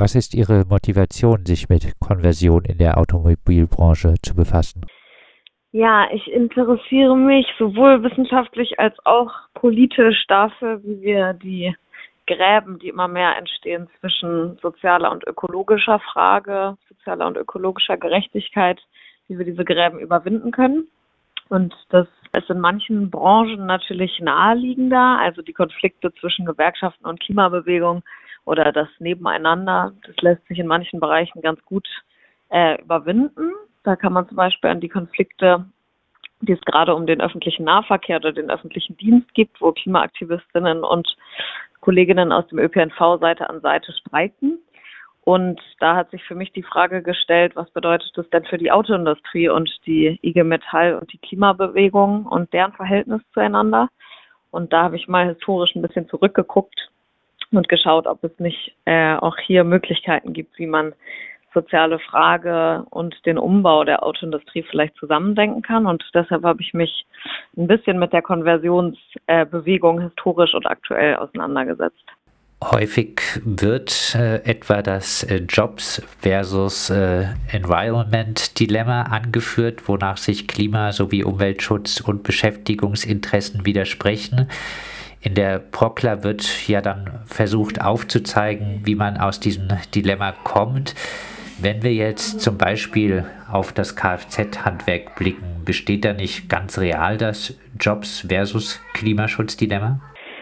Was ist Ihre Motivation, sich mit Konversion in der Automobilbranche zu befassen? Ja, ich interessiere mich sowohl wissenschaftlich als auch politisch dafür, wie wir die Gräben, die immer mehr entstehen zwischen sozialer und ökologischer Frage, sozialer und ökologischer Gerechtigkeit, wie wir diese Gräben überwinden können. Und das ist in manchen Branchen natürlich naheliegender, also die Konflikte zwischen Gewerkschaften und Klimabewegung oder das Nebeneinander, das lässt sich in manchen Bereichen ganz gut überwinden. Da kann man zum Beispiel an die Konflikte, die es gerade um den öffentlichen Nahverkehr oder den öffentlichen Dienst gibt, wo Klimaaktivistinnen und Kolleginnen aus dem ÖPNV Seite an Seite streiken. Und da hat sich für mich die Frage gestellt, was bedeutet das denn für die Autoindustrie und die IG Metall und die Klimabewegung und deren Verhältnis zueinander? Und da habe ich mal historisch ein bisschen zurückgeguckt und geschaut, ob es nicht auch hier Möglichkeiten gibt, wie man soziale Frage und den Umbau der Autoindustrie vielleicht zusammendenken kann. Und deshalb habe ich mich ein bisschen mit der Konversionsbewegung historisch und aktuell auseinandergesetzt. Häufig wird etwa das Jobs versus Environment-Dilemma angeführt, wonach sich Klima- sowie Umweltschutz und Beschäftigungsinteressen widersprechen. In der Procla wird ja dann versucht aufzuzeigen, wie man aus diesem Dilemma kommt. Wenn wir jetzt zum Beispiel auf das Kfz-Handwerk blicken, besteht da nicht ganz real das Jobs versus Klimaschutzdilemma?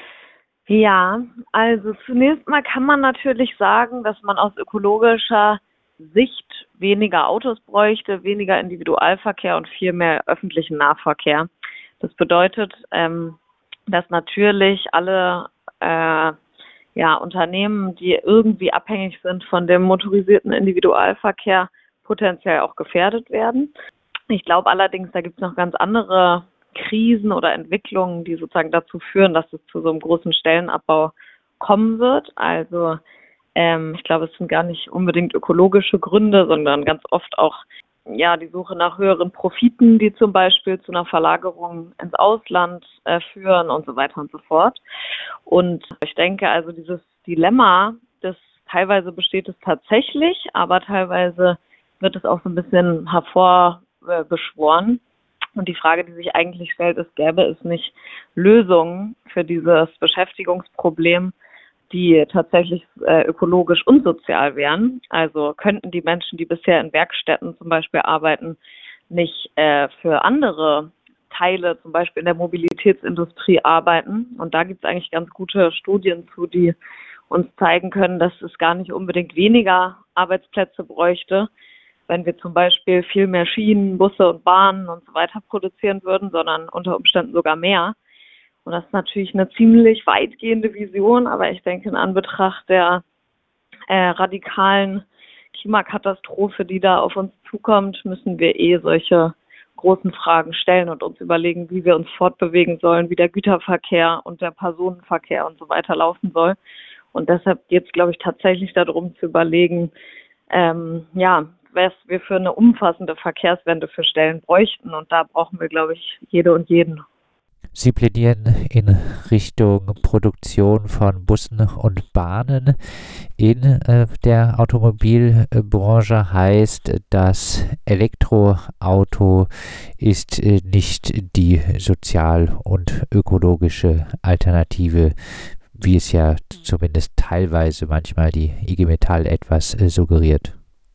Ja, also zunächst mal kann man natürlich sagen, dass man aus ökologischer Sicht weniger Autos bräuchte, weniger Individualverkehr und viel mehr öffentlichen Nahverkehr. Das bedeutet, dass natürlich alle Unternehmen, die irgendwie abhängig sind von dem motorisierten Individualverkehr, potenziell auch gefährdet werden. Ich glaube allerdings, da gibt es noch ganz andere Krisen oder Entwicklungen, die sozusagen dazu führen, dass es zu so einem großen Stellenabbau kommen wird. Also ich glaube, es sind gar nicht unbedingt ökologische Gründe, sondern ganz oft auch die Suche nach höheren Profiten, die zum Beispiel zu einer Verlagerung ins Ausland führen und so weiter und so fort. Und ich denke also, dieses Dilemma, das teilweise besteht es tatsächlich, aber teilweise wird es auch so ein bisschen hervorbeschworen. Und die Frage, die sich eigentlich stellt, ist, gäbe es nicht Lösungen für dieses Beschäftigungsproblem, die tatsächlich ökologisch und sozial wären? Also könnten die Menschen, die bisher in Werkstätten zum Beispiel arbeiten, nicht für andere Teile, zum Beispiel in der Mobilitätsindustrie, arbeiten? Und da gibt es eigentlich ganz gute Studien zu, die uns zeigen können, dass es gar nicht unbedingt weniger Arbeitsplätze bräuchte, wenn wir zum Beispiel viel mehr Schienen, Busse und Bahnen und so weiter produzieren würden, sondern unter Umständen sogar mehr. Und das ist natürlich eine ziemlich weitgehende Vision, aber ich denke, in Anbetracht der radikalen Klimakatastrophe, die da auf uns zukommt, müssen wir solche großen Fragen stellen und uns überlegen, wie wir uns fortbewegen sollen, wie der Güterverkehr und der Personenverkehr und so weiter laufen soll. Und deshalb geht es, glaube ich, tatsächlich darum zu überlegen, was wir für eine umfassende Verkehrswende für Stellen bräuchten. Und da brauchen wir, glaube ich, jede und jeden. Sie plädieren in Richtung Produktion von Bussen und Bahnen in der Automobilbranche. Heißt, das Elektroauto ist nicht die sozial- und ökologische Alternative, wie es ja zumindest teilweise manchmal die IG Metall etwas suggeriert.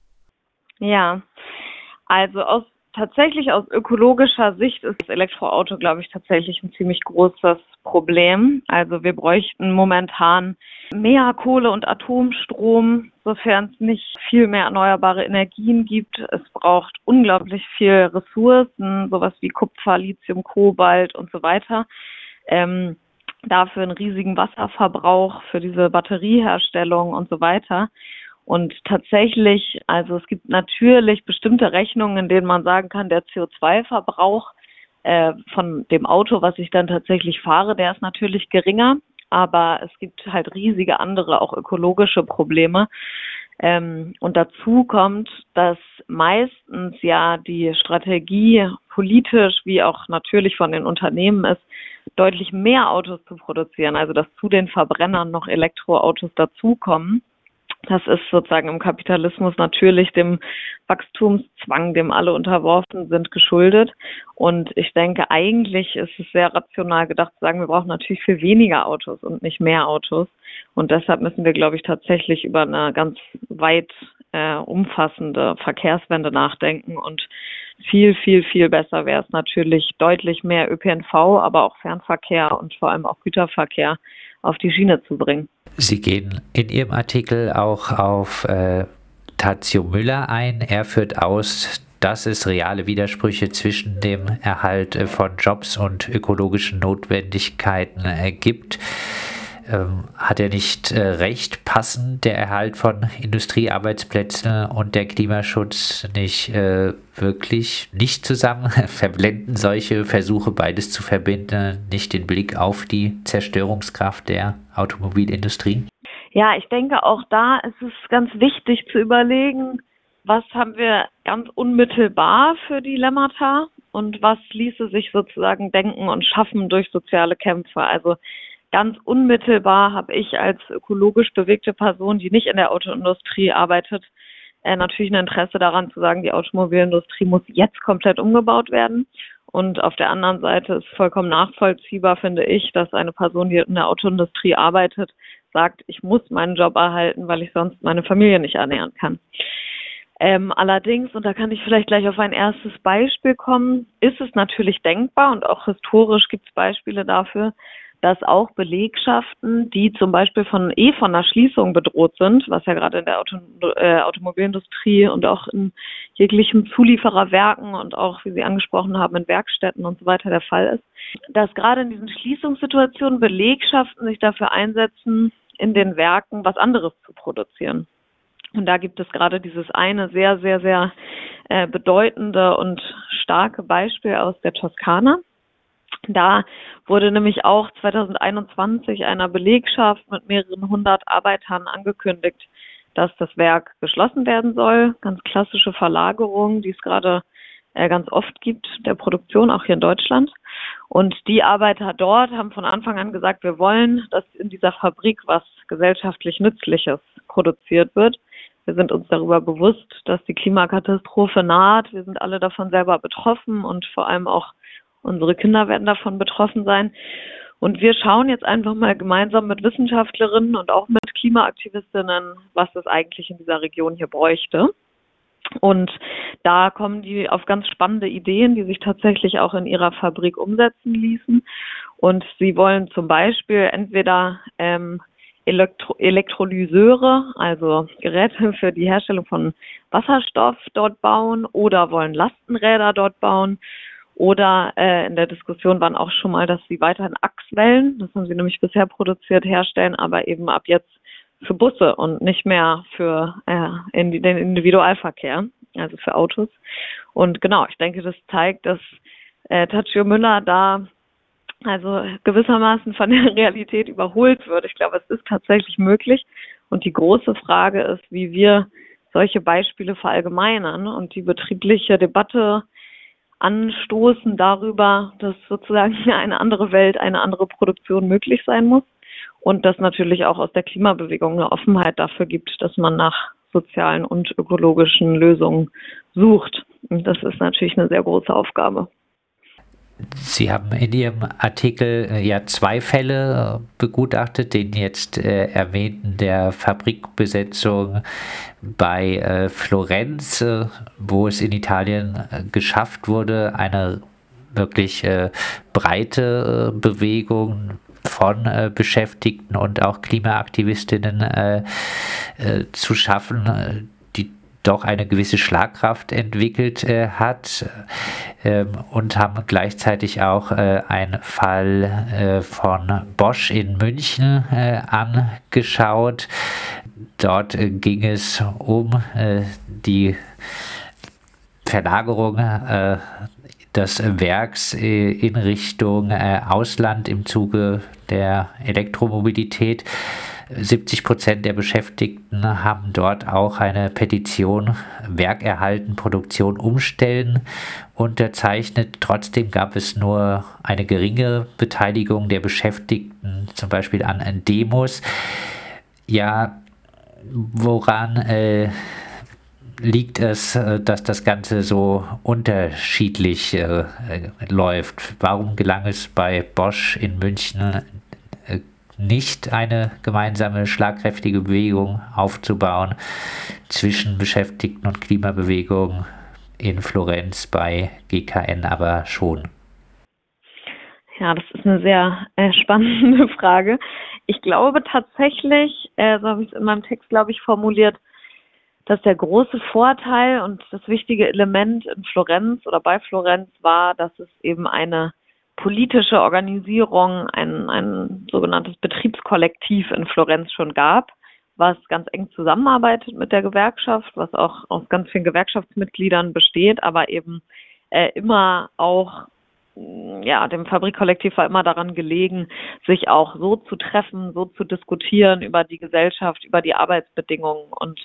Ja, also tatsächlich aus ökologischer Sicht ist das Elektroauto, glaube ich, tatsächlich ein ziemlich großes Problem. Also wir bräuchten momentan mehr Kohle- und Atomstrom, sofern es nicht viel mehr erneuerbare Energien gibt. Es braucht unglaublich viel Ressourcen, sowas wie Kupfer, Lithium, Kobalt und so weiter. Dafür einen riesigen Wasserverbrauch für diese Batterieherstellung und so weiter. Und tatsächlich, also es gibt natürlich bestimmte Rechnungen, in denen man sagen kann, der CO2-Verbrauch von dem Auto, was ich dann tatsächlich fahre, der ist natürlich geringer, aber es gibt halt riesige andere, auch ökologische Probleme. Und dazu kommt, dass meistens ja die Strategie politisch wie auch natürlich von den Unternehmen ist, deutlich mehr Autos zu produzieren, also dass zu den Verbrennern noch Elektroautos dazukommen. Das ist sozusagen im Kapitalismus natürlich dem Wachstumszwang, dem alle unterworfen sind, geschuldet. Und ich denke, eigentlich ist es sehr rational gedacht zu sagen, wir brauchen natürlich viel weniger Autos und nicht mehr Autos. Und deshalb müssen wir, glaube ich, tatsächlich über eine ganz weit umfassende Verkehrswende nachdenken. Und viel, viel, viel besser wäre es natürlich, deutlich mehr ÖPNV, aber auch Fernverkehr und vor allem auch Güterverkehr auf die Schiene zu bringen. Sie gehen in Ihrem Artikel auch auf Tadzio Müller ein. Er führt aus, dass es reale Widersprüche zwischen dem Erhalt von Jobs und ökologischen Notwendigkeiten gibt. Hat er nicht recht? Passen der Erhalt von Industriearbeitsplätzen und der Klimaschutz nicht wirklich nicht zusammen? Verblenden solche Versuche, beides zu verbinden, nicht den Blick auf die Zerstörungskraft der Automobilindustrie? Ja, ich denke, auch da ist es ganz wichtig zu überlegen, was haben wir ganz unmittelbar für Dilemmata und was ließe sich sozusagen denken und schaffen durch soziale Kämpfe. Also ganz unmittelbar habe ich als ökologisch bewegte Person, die nicht in der Autoindustrie arbeitet, natürlich ein Interesse daran zu sagen, die Automobilindustrie muss jetzt komplett umgebaut werden. Und auf der anderen Seite ist vollkommen nachvollziehbar, finde ich, dass eine Person, die in der Autoindustrie arbeitet, sagt, ich muss meinen Job erhalten, weil ich sonst meine Familie nicht ernähren kann. Allerdings, und da kann ich vielleicht gleich auf ein erstes Beispiel kommen, ist es natürlich denkbar und auch historisch gibt es Beispiele dafür, dass auch Belegschaften, die zum Beispiel von einer Schließung bedroht sind, was ja gerade in der Automobilindustrie und auch in jeglichen Zuliefererwerken und auch, wie Sie angesprochen haben, in Werkstätten und so weiter der Fall ist, dass gerade in diesen Schließungssituationen Belegschaften sich dafür einsetzen, in den Werken was anderes zu produzieren. Und da gibt es gerade dieses eine sehr, sehr, sehr bedeutende und starke Beispiel aus der Toskana. Da wurde nämlich auch 2021 einer Belegschaft mit mehreren hundert Arbeitern angekündigt, dass das Werk geschlossen werden soll. Ganz klassische Verlagerung, die es gerade ganz oft gibt, der Produktion, auch hier in Deutschland. Und die Arbeiter dort haben von Anfang an gesagt, wir wollen, dass in dieser Fabrik was gesellschaftlich Nützliches produziert wird. Wir sind uns darüber bewusst, dass die Klimakatastrophe naht. Wir sind alle davon selber betroffen und vor allem auch unsere Kinder werden davon betroffen sein. Und wir schauen jetzt einfach mal gemeinsam mit Wissenschaftlerinnen und auch mit Klimaaktivistinnen, was es eigentlich in dieser Region hier bräuchte. Und da kommen die auf ganz spannende Ideen, die sich tatsächlich auch in ihrer Fabrik umsetzen ließen. Und sie wollen zum Beispiel entweder Elektrolyseure, also Geräte für die Herstellung von Wasserstoff dort bauen oder wollen Lastenräder dort bauen. Oder in der Diskussion waren auch schon mal, dass sie weiterhin Achswellen, das haben sie nämlich bisher produziert, herstellen, aber eben ab jetzt für Busse und nicht mehr für den Individualverkehr, also für Autos. Und genau, ich denke, das zeigt, dass Tadzio Müller da also gewissermaßen von der Realität überholt wird. Ich glaube, es ist tatsächlich möglich. Und die große Frage ist, wie wir solche Beispiele verallgemeinern und die betriebliche Debatte anstoßen darüber, dass sozusagen eine andere Welt, eine andere Produktion möglich sein muss und dass natürlich auch aus der Klimabewegung eine Offenheit dafür gibt, dass man nach sozialen und ökologischen Lösungen sucht. Und das ist natürlich eine sehr große Aufgabe. Sie haben in Ihrem Artikel ja zwei Fälle begutachtet, den jetzt erwähnten der Fabrikbesetzung bei Florenz, wo es in Italien geschafft wurde, eine wirklich breite Bewegung von Beschäftigten und auch Klimaaktivistinnen zu schaffen, doch eine gewisse Schlagkraft entwickelt hat und haben gleichzeitig auch einen Fall von Bosch in München angeschaut. Dort ging es um die Verlagerung des Werks in Richtung Ausland im Zuge der Elektromobilität. 70% der Beschäftigten haben dort auch eine Petition Werk erhalten, Produktion umstellen unterzeichnet. Trotzdem gab es nur eine geringe Beteiligung der Beschäftigten, zum Beispiel an Demos. Ja, Woran liegt es, dass das Ganze so unterschiedlich läuft? Warum gelang es bei Bosch in München nicht, eine gemeinsame schlagkräftige Bewegung aufzubauen zwischen Beschäftigten und Klimabewegung in Florenz bei GKN aber schon? Ja, das ist eine sehr spannende Frage. Ich glaube tatsächlich, so habe ich es in meinem Text, glaube ich, formuliert, dass der große Vorteil und das wichtige Element in Florenz oder bei Florenz war, dass es eben eine politische Organisierung, ein sogenanntes Betriebskollektiv in Florenz schon gab, was ganz eng zusammenarbeitet mit der Gewerkschaft, was auch aus ganz vielen Gewerkschaftsmitgliedern besteht, aber eben immer auch, ja, dem Fabrikkollektiv war immer daran gelegen, sich auch so zu treffen, so zu diskutieren über die Gesellschaft, über die Arbeitsbedingungen und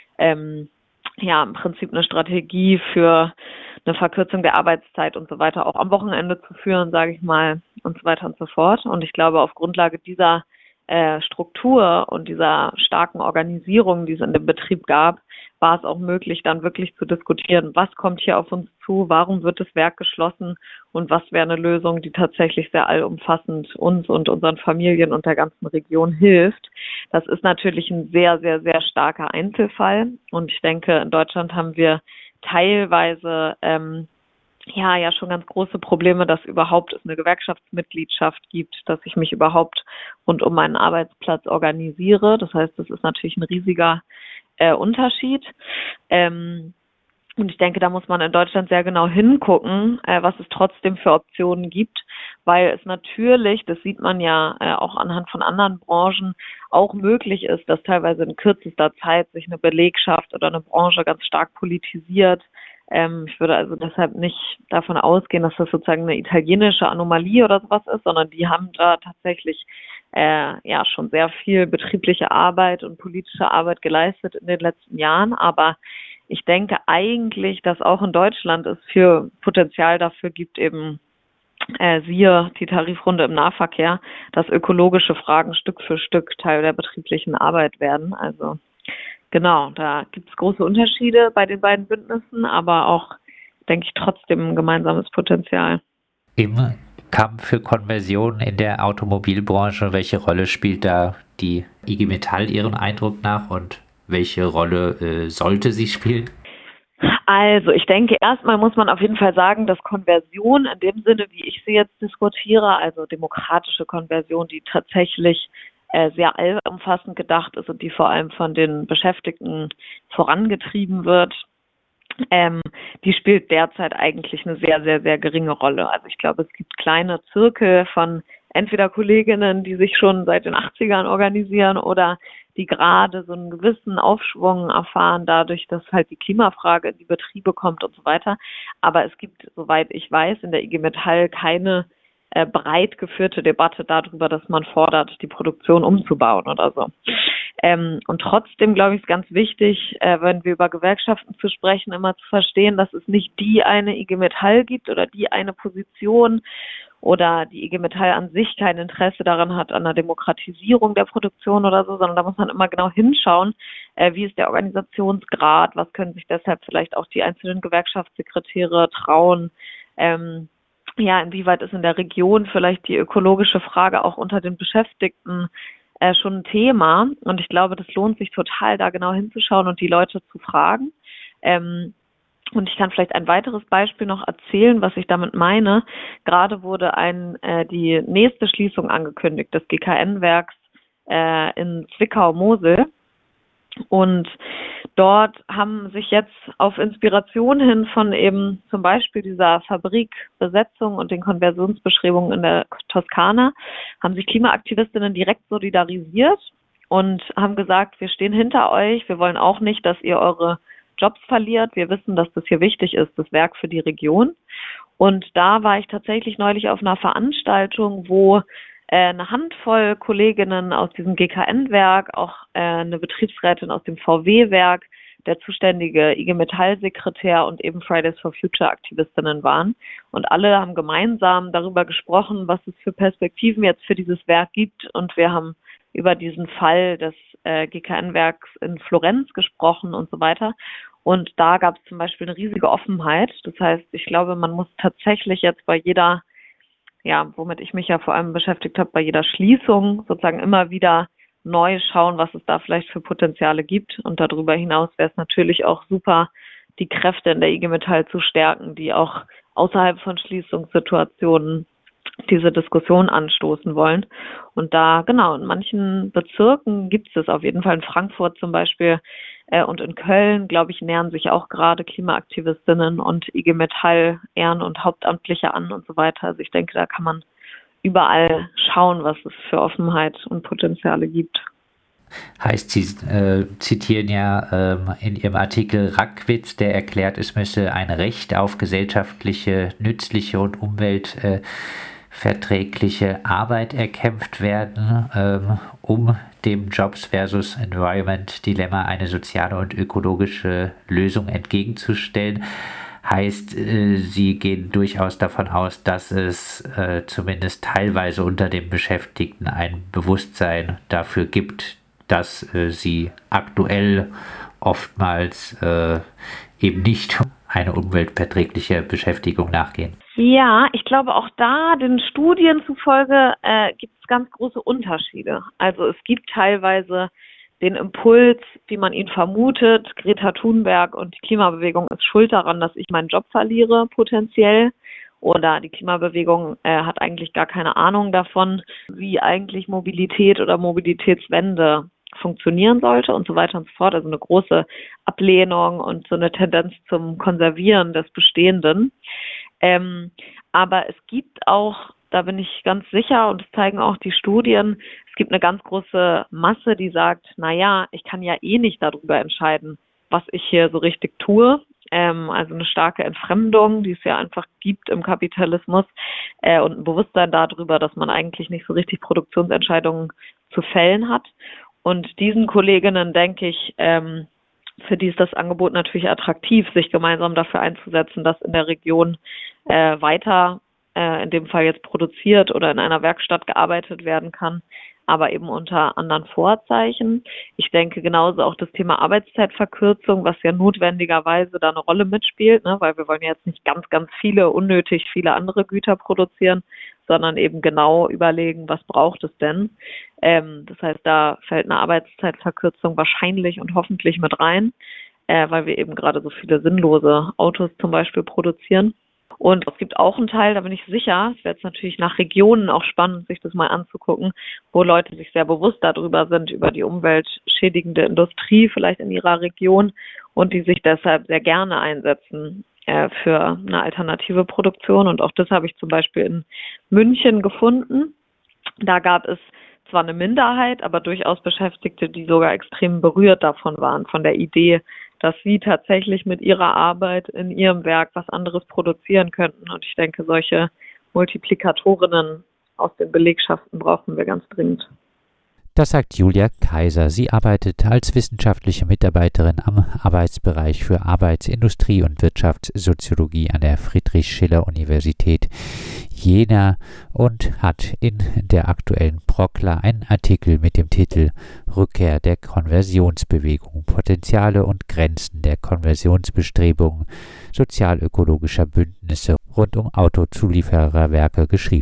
ja, im Prinzip eine Strategie für eine Verkürzung der Arbeitszeit und so weiter auch am Wochenende zu führen, sage ich mal, und so weiter und so fort. Und ich glaube, auf Grundlage dieser Struktur und dieser starken Organisierung, die es in dem Betrieb gab, war es auch möglich, dann wirklich zu diskutieren, was kommt hier auf uns zu, warum wird das Werk geschlossen und was wäre eine Lösung, die tatsächlich sehr allumfassend uns und unseren Familien und der ganzen Region hilft. Das ist natürlich ein sehr, sehr, sehr starker Einzelfall und ich denke, in Deutschland haben wir teilweise ja schon ganz große Probleme, dass überhaupt es eine Gewerkschaftsmitgliedschaft gibt, dass ich mich überhaupt rund um meinen Arbeitsplatz organisiere. Das heißt, das ist natürlich ein riesiger Unterschied. Und ich denke, da muss man in Deutschland sehr genau hingucken, was es trotzdem für Optionen gibt, weil es natürlich, das sieht man ja auch anhand von anderen Branchen, auch möglich ist, dass teilweise in kürzester Zeit sich eine Belegschaft oder eine Branche ganz stark politisiert. Ich würde also deshalb nicht davon ausgehen, dass das sozusagen eine italienische Anomalie oder sowas ist, sondern die haben da tatsächlich ja schon sehr viel betriebliche Arbeit und politische Arbeit geleistet in den letzten Jahren. Aber ich denke eigentlich, dass auch in Deutschland es viel Potenzial dafür gibt, eben siehe die Tarifrunde im Nahverkehr, dass ökologische Fragen Stück für Stück Teil der betrieblichen Arbeit werden. Also genau, da gibt es große Unterschiede bei den beiden Bündnissen, aber auch, denke ich, trotzdem ein gemeinsames Potenzial. Im Kampf für Konversion in der Automobilbranche, welche Rolle spielt da die IG Metall Ihrem Eindruck nach und welche Rolle sollte sie spielen? Also, ich denke, erstmal muss man auf jeden Fall sagen, dass Konversion in dem Sinne, wie ich sie jetzt diskutiere, also demokratische Konversion, die tatsächlich sehr allumfassend gedacht ist und die vor allem von den Beschäftigten vorangetrieben wird, die spielt derzeit eigentlich eine sehr, sehr, sehr geringe Rolle. Also ich glaube, es gibt kleine Zirkel von entweder Kolleginnen, die sich schon seit den 80ern organisieren oder die gerade so einen gewissen Aufschwung erfahren, dadurch, dass halt die Klimafrage in die Betriebe kommt und so weiter. Aber es gibt, soweit ich weiß, in der IG Metall keine breit geführte Debatte darüber, dass man fordert, die Produktion umzubauen oder so. Und trotzdem, glaube ich, ist ganz wichtig, wenn wir über Gewerkschaften zu sprechen, immer zu verstehen, dass es nicht die eine IG Metall gibt oder die eine Position oder die IG Metall an sich kein Interesse daran hat, an der Demokratisierung der Produktion oder so, sondern da muss man immer genau hinschauen, wie ist der Organisationsgrad, was können sich deshalb vielleicht auch die einzelnen Gewerkschaftssekretäre trauen, ja, inwieweit ist in der Region vielleicht die ökologische Frage auch unter den Beschäftigten schon ein Thema. Und ich glaube, das lohnt sich total, da genau hinzuschauen und die Leute zu fragen. Und ich kann vielleicht ein weiteres Beispiel noch erzählen, was ich damit meine. Gerade wurde die nächste Schließung angekündigt des GKN-Werks in Zwickau-Mosel. Und dort haben sich jetzt auf Inspiration hin von eben zum Beispiel dieser Fabrikbesetzung und den Konversionsbeschreibungen in der Toskana, haben sich Klimaaktivistinnen direkt solidarisiert und haben gesagt, wir stehen hinter euch, wir wollen auch nicht, dass ihr eure Jobs verliert. Wir wissen, dass das hier wichtig ist, das Werk für die Region. Und da war ich tatsächlich neulich auf einer Veranstaltung, wo eine Handvoll Kolleginnen aus diesem GKN-Werk, auch eine Betriebsrätin aus dem VW-Werk, der zuständige IG Metall-Sekretär und eben Fridays for Future-Aktivistinnen waren. Und alle haben gemeinsam darüber gesprochen, was es für Perspektiven jetzt für dieses Werk gibt. Und wir haben über diesen Fall des GKN-Werks in Florenz gesprochen und so weiter. Und da gab es zum Beispiel eine riesige Offenheit. Das heißt, ich glaube, man muss tatsächlich jetzt bei jeder, ja, womit ich mich ja vor allem beschäftigt habe, bei jeder Schließung sozusagen immer wieder neu schauen, was es da vielleicht für Potenziale gibt. Und darüber hinaus wäre es natürlich auch super, die Kräfte in der IG Metall zu stärken, die auch außerhalb von Schließungssituationen diese Diskussion anstoßen wollen. Und da, genau, in manchen Bezirken gibt es das auf jeden Fall. In Frankfurt zum Beispiel und in Köln, glaube ich, nähern sich auch gerade Klimaaktivistinnen und IG Metall Ehren- und Hauptamtliche an und so weiter. Also ich denke, da kann man überall schauen, was es für Offenheit und Potenziale gibt. Heißt, Sie zitieren ja in Ihrem Artikel Rackwitz, der erklärt, es müsse ein Recht auf gesellschaftliche, nützliche und umweltverträgliche Arbeit erkämpft werden, um dem Jobs versus Environment Dilemma eine soziale und ökologische Lösung entgegenzustellen. Heißt, Sie gehen durchaus davon aus, dass es zumindest teilweise unter den Beschäftigten ein Bewusstsein dafür gibt, dass sie aktuell oftmals eben nicht eine umweltverträgliche Beschäftigung nachgehen. Ja, ich glaube auch da, den Studien zufolge, gibt es ganz große Unterschiede. Also es gibt teilweise den Impuls, wie man ihn vermutet, Greta Thunberg und die Klimabewegung ist schuld daran, dass ich meinen Job verliere, potenziell. Oder die Klimabewegung hat eigentlich gar keine Ahnung davon, wie eigentlich Mobilität oder Mobilitätswende funktionieren sollte und so weiter und so fort. Also eine große Ablehnung und so eine Tendenz zum Konservieren des Bestehenden. Aber es gibt auch, da bin ich ganz sicher und das zeigen auch die Studien, es gibt eine ganz große Masse, die sagt, naja, ich kann ja eh nicht darüber entscheiden, was ich hier so richtig tue. Also eine starke Entfremdung, die es ja einfach gibt im Kapitalismus und ein Bewusstsein darüber, dass man eigentlich nicht so richtig Produktionsentscheidungen zu fällen hat. Und diesen Kolleginnen, denke ich, für die ist das Angebot natürlich attraktiv, sich gemeinsam dafür einzusetzen, dass in der Region weiter, in dem Fall jetzt produziert oder in einer Werkstatt gearbeitet werden kann, aber eben unter anderen Vorzeichen. Ich denke genauso auch das Thema Arbeitszeitverkürzung, was ja notwendigerweise da eine Rolle mitspielt, ne, weil wir wollen ja jetzt nicht ganz unnötig viele andere Güter produzieren, sondern eben genau überlegen, was braucht es denn. Das heißt, da fällt eine Arbeitszeitverkürzung wahrscheinlich und hoffentlich mit rein, weil wir eben gerade so viele sinnlose Autos zum Beispiel produzieren. Und es gibt auch einen Teil, da bin ich sicher, es wäre jetzt natürlich nach Regionen auch spannend, sich das mal anzugucken, wo Leute sich sehr bewusst darüber sind, über die umweltschädigende Industrie vielleicht in ihrer Region und die sich deshalb sehr gerne einsetzen für eine alternative Produktion. Und auch das habe ich zum Beispiel in München gefunden. Da gab es zwar eine Minderheit, aber durchaus Beschäftigte, die sogar extrem berührt davon waren, von der Idee, dass sie tatsächlich mit ihrer Arbeit in ihrem Werk was anderes produzieren könnten. Und ich denke, solche Multiplikatorinnen aus den Belegschaften brauchen wir ganz dringend. Das sagt Julia Kaiser. Sie arbeitet als wissenschaftliche Mitarbeiterin am Arbeitsbereich für Arbeits-, Industrie- und Wirtschaftssoziologie an der Friedrich-Schiller-Universität Jena und hat in der aktuellen Prockla einen Artikel mit dem Titel Rückkehr der Konversionsbewegung, Potenziale und Grenzen der Konversionsbestrebungen sozialökologischer Bündnisse rund um Autozuliefererwerke geschrieben.